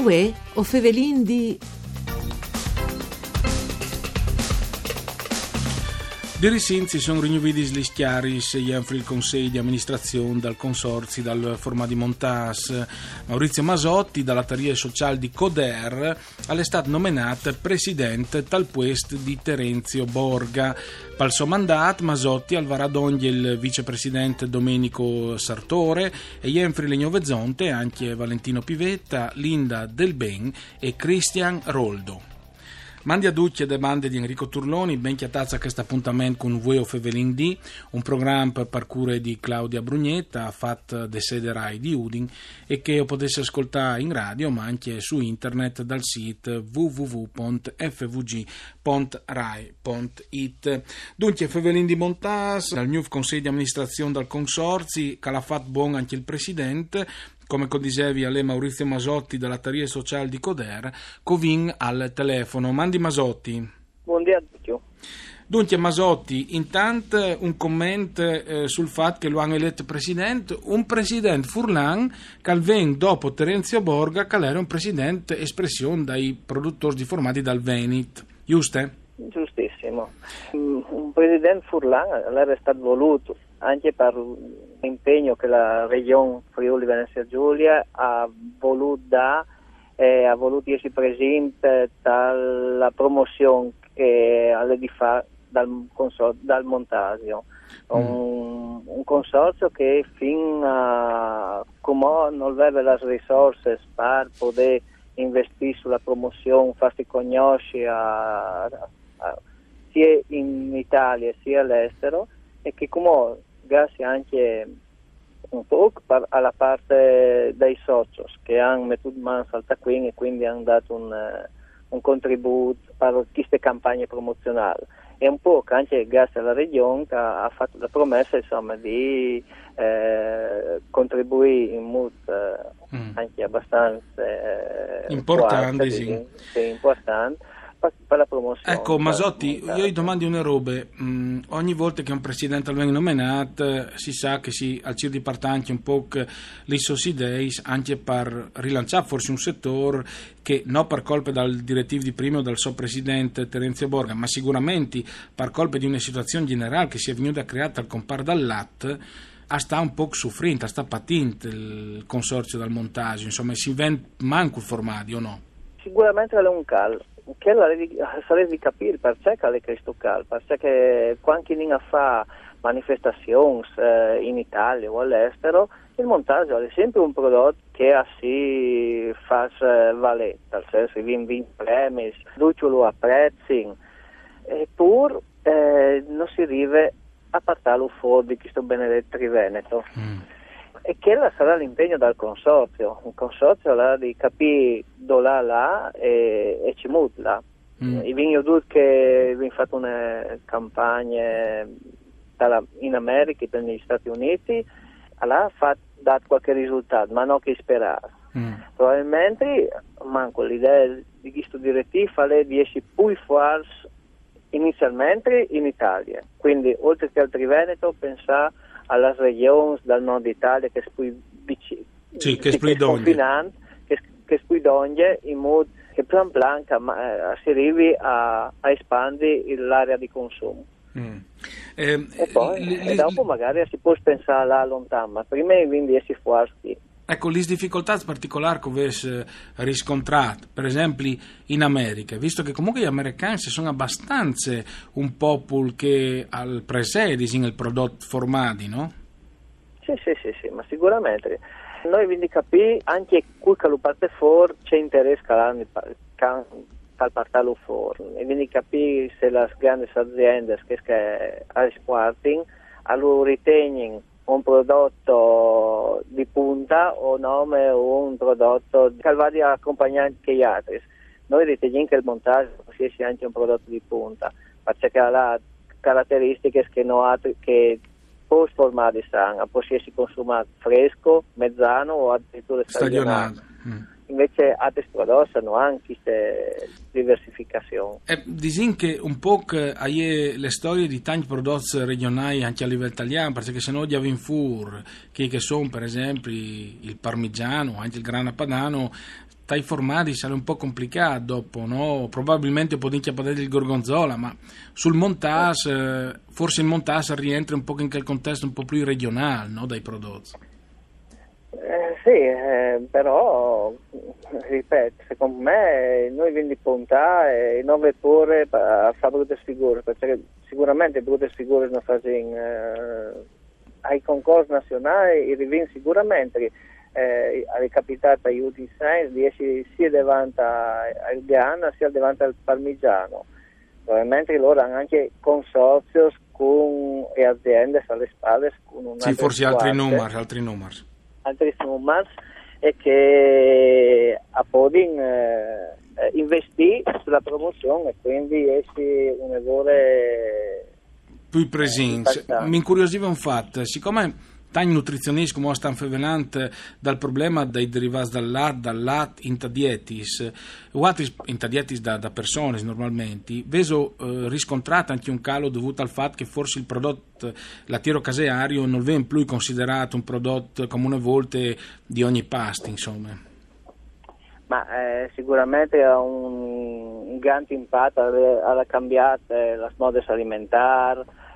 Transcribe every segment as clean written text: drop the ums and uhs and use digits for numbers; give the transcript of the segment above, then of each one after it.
Uè, o Fevelin di... Di Risinzi sono rinnovati gli schiaris e il consiglio di amministrazione dal consorzio dal forma di Montas. Maurizio Masotti dalla Taria Sociale di Coder è stato nominato presidente tal puesto di Terenzio Borga. Pal suo mandato Masotti al varadogli il vicepresidente Domenico Sartore e Jenfri Legnovezzonte anche Valentino Pivetta, Linda Del Ben e Christian Roldo. Mandi a ducce e bande di Enrico Turloni, ben chiatazza questo appuntamento con voi o Fevelin D, un programma per parcure di Claudia Brugnetta, fatto de sede Rai di Udin e che potesse ascoltare in radio ma anche su internet dal sito www.fvg.rai.it. Dunque Fevelin di Montas, dal nuovo consiglio di amministrazione dal consorzi, che l'ha fatto buon anche il presidente, come dicevi a lei Maurizio Masotti dalla Taria Sociale di Coder, covin al telefono. Mandi Masotti. Buongiorno a tutti. Dunque Masotti, intanto un commento sul fatto che lo hanno eletto presidente, un presidente Furlan che ven dopo Terenzio Borga che era un presidente espressione dai produttori di formati dal Veneto, giusto? Giustissimo. Un presidente Furlan era stato voluto anche per l'impegno che la regione Friuli Venezia Giulia ha voluto dare e ha voluto essere presente dalla promozione che alle di fare dal Montasio. Un consorzio che fin a come non aveva le risorse per poter investire sulla promozione, farsi conoscere sia in Italia sia all'estero, e che come grazie anche un po' alla parte dei soci che hanno messo mano al taccuino e quindi hanno dato un contributo per queste campagne promozionali, e un po' anche grazie alla regione che ha fatto la promessa insomma di contribuire in modo anche abbastanza importante, importante per la promozione. Ecco Masotti, io gli domandi una roba. Ogni volta che un presidente viene nominato si sa che si al circo di partanti un po' le idee anche per rilanciare forse un settore che non per colpa dal direttivo di prima o dal suo presidente Terenzio Borga, ma sicuramente per colpa di una situazione generale che si è venuta a creare al compar dal latte, sta un po' soffrendo, sta patente il consorzio dal montaggio, insomma si vende manco il formaggio o no? Sicuramente è un calo. Che sarebbe di capire perché è questo cal, perché quando ne fa manifestazioni in Italia o all'estero, il montaggio è sempre un prodotto che si fa valere, nel senso che viene premi, tutti lo apprezzano, eppure non si arriva a portarlo fuori di questo benedetto Veneto. E che sarà l'impegno dal consorzio. Il consorzio ha di capire dove là e ci mutla. I vignetori che abbiamo fatto una campagna in America e negli Stati Uniti ha dato qualche risultato, ma non che sperare. Probabilmente manco l'idea di questo direttivo è di essere più forte inizialmente in Italia, quindi oltre che al Triveneto pensare alle regioni del nord Italia che sconfinanti, che spuidonge in modo che plan plan si arrivi a espandere l'area di consumo. E poi dopo magari si può pensare là lontano, ma prima quindi si forti. Ecco, le difficoltà particolari che avete riscontrato, per esempio in America, visto che comunque gli americani sono abbastanza un popolo che al presede il prodotto formati, no? Sì, ma sicuramente. Noi quindi capire anche qui che lo parte fuori c'è interesse al portarlo fuori, e quindi capire se le grandi aziende che esportano lo ritengono un prodotto di punta o nome o un prodotto che va di accompagnare anche gli altri. Noi riteniamo che il montaggio sia anche un prodotto di punta, perché ha caratteristiche che post formati sanno, può essere consumato fresco, mezzano o addirittura stagionato. invece altri prodotti hanno anche questa diversificazione. Disin che un po' hai le storie di tanti prodotti regionali anche a livello italiano, perché se no di Avinfur, che sono per esempio il parmigiano, anche il grana padano, dai formati sarà un po' complicato dopo, no? Probabilmente può padere il gorgonzola, ma sul montage, forse il montage rientra un po' in quel contesto un po' più regionale, no? Dai prodotti. Sì, però, ripeto, secondo me noi vendi puntare e non pure a fare brutte figure, perché sicuramente brutte figure non fanno ai concorsi nazionali, i rivin sicuramente è capitato agli ultimi anni di essere sia davanti al Ghana sia davanti al parmigiano. Probabilmente loro hanno anche consorzi con e aziende alle spalle con una sì, forse altri numeri e che a Podin investì sulla promozione e quindi essi un errore più presenza. Mi incuriosiva un fatto, siccome tanti nutrizionisti come stanno favelando dal problema dei derivati dal latte intadietis da persone normalmente, vedo riscontrato anche un calo dovuto al fatto che forse il prodotto lattiero caseario non viene più considerato un prodotto come una volta di ogni pasto, insomma. Ma sicuramente ha un grande impatto alla cambiata la modes alimentari,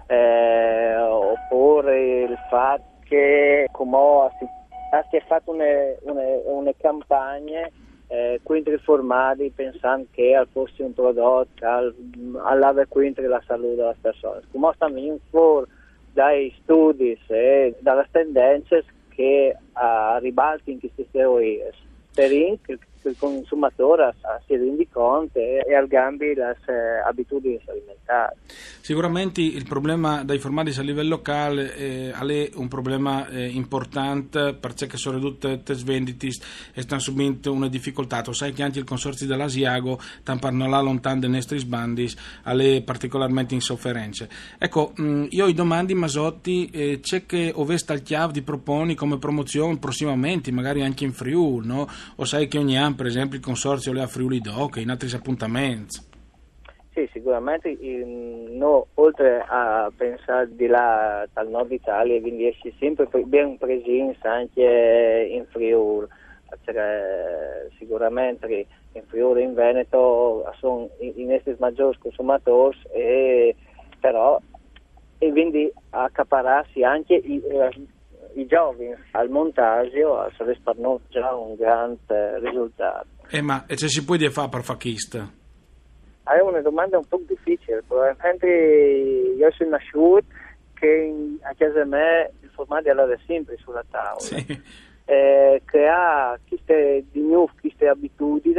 oppure il fatto che come si è fatto una campagna quindi riformati pensando che al fosse un prodotto all'ave quindi la salute delle persone. Come stanno venendo fuori dai studi e dalle tendenze che ribalti in questi teorie per che il consumatore si rendi conto e al cambi le abitudini alimentari. Sicuramente il problema dei formati a livello locale è un problema importante perché sono ridotte le vendite e stanno subendo una difficoltà. Tu sai che anche il consorzio dell'Asiago, non là lontano dai nostri sbandi, è particolarmente in sofferenza. Ecco, io i domandi Masotti, c'è che ovesta il chiave di proponi come promozione prossimamente, magari anche in Friuli, no? O sai che ogni anno per esempio il consorzio le a Friuli Doc in altri appuntamenti. Sì, sicuramente oltre a pensare di là dal nord Italia, quindi essi sempre ben presenza anche in Friuli, sicuramente in Friuli e in Veneto sono i nostri maggiori consumatori e quindi accapararsi anche i giovani al montaggio sarebbe per noi già un grande risultato. Ma se si può fare per facchista? È una domanda un po' difficile, probabilmente io sono nasciuto che a casa mia il formaggio era sempre sulla tavola, sì. Crea queste abitudini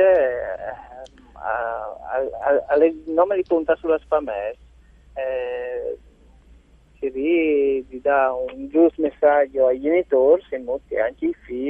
alle nome di conta sulla spamessa di dare un giusto messaggio ai genitori in modo che anche i figli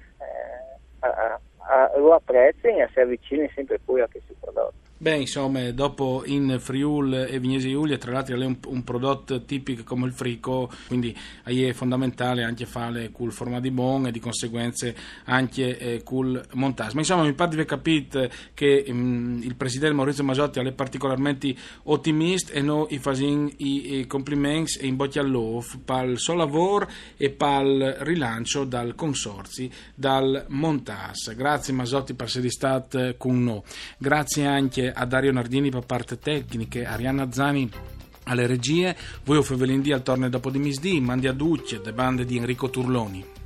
lo apprezzino e si avvicini sempre più a questi prodotti. Beh, insomma, dopo in Friuli e Vignese Giulia, tra l'altro, è un prodotto tipico come il frico, quindi è fondamentale anche fare col formaggio buono e di conseguenza anche col montaggio. Ma insomma, mi pare di aver capito che il presidente Maurizio Masotti è particolarmente ottimista e noi facciamo i complimenti e in bocca al lupo per il suo lavoro e per il rilancio dal consorzio, dal montaggio. Grazie Masotti per essere stato con noi. Grazie anche a Dario Nardini per parte tecniche, Arianna Zani alle regie, voi o Fevelindì al torno dopo di misdì, mandi a Ducce, de bande di Enrico Turloni.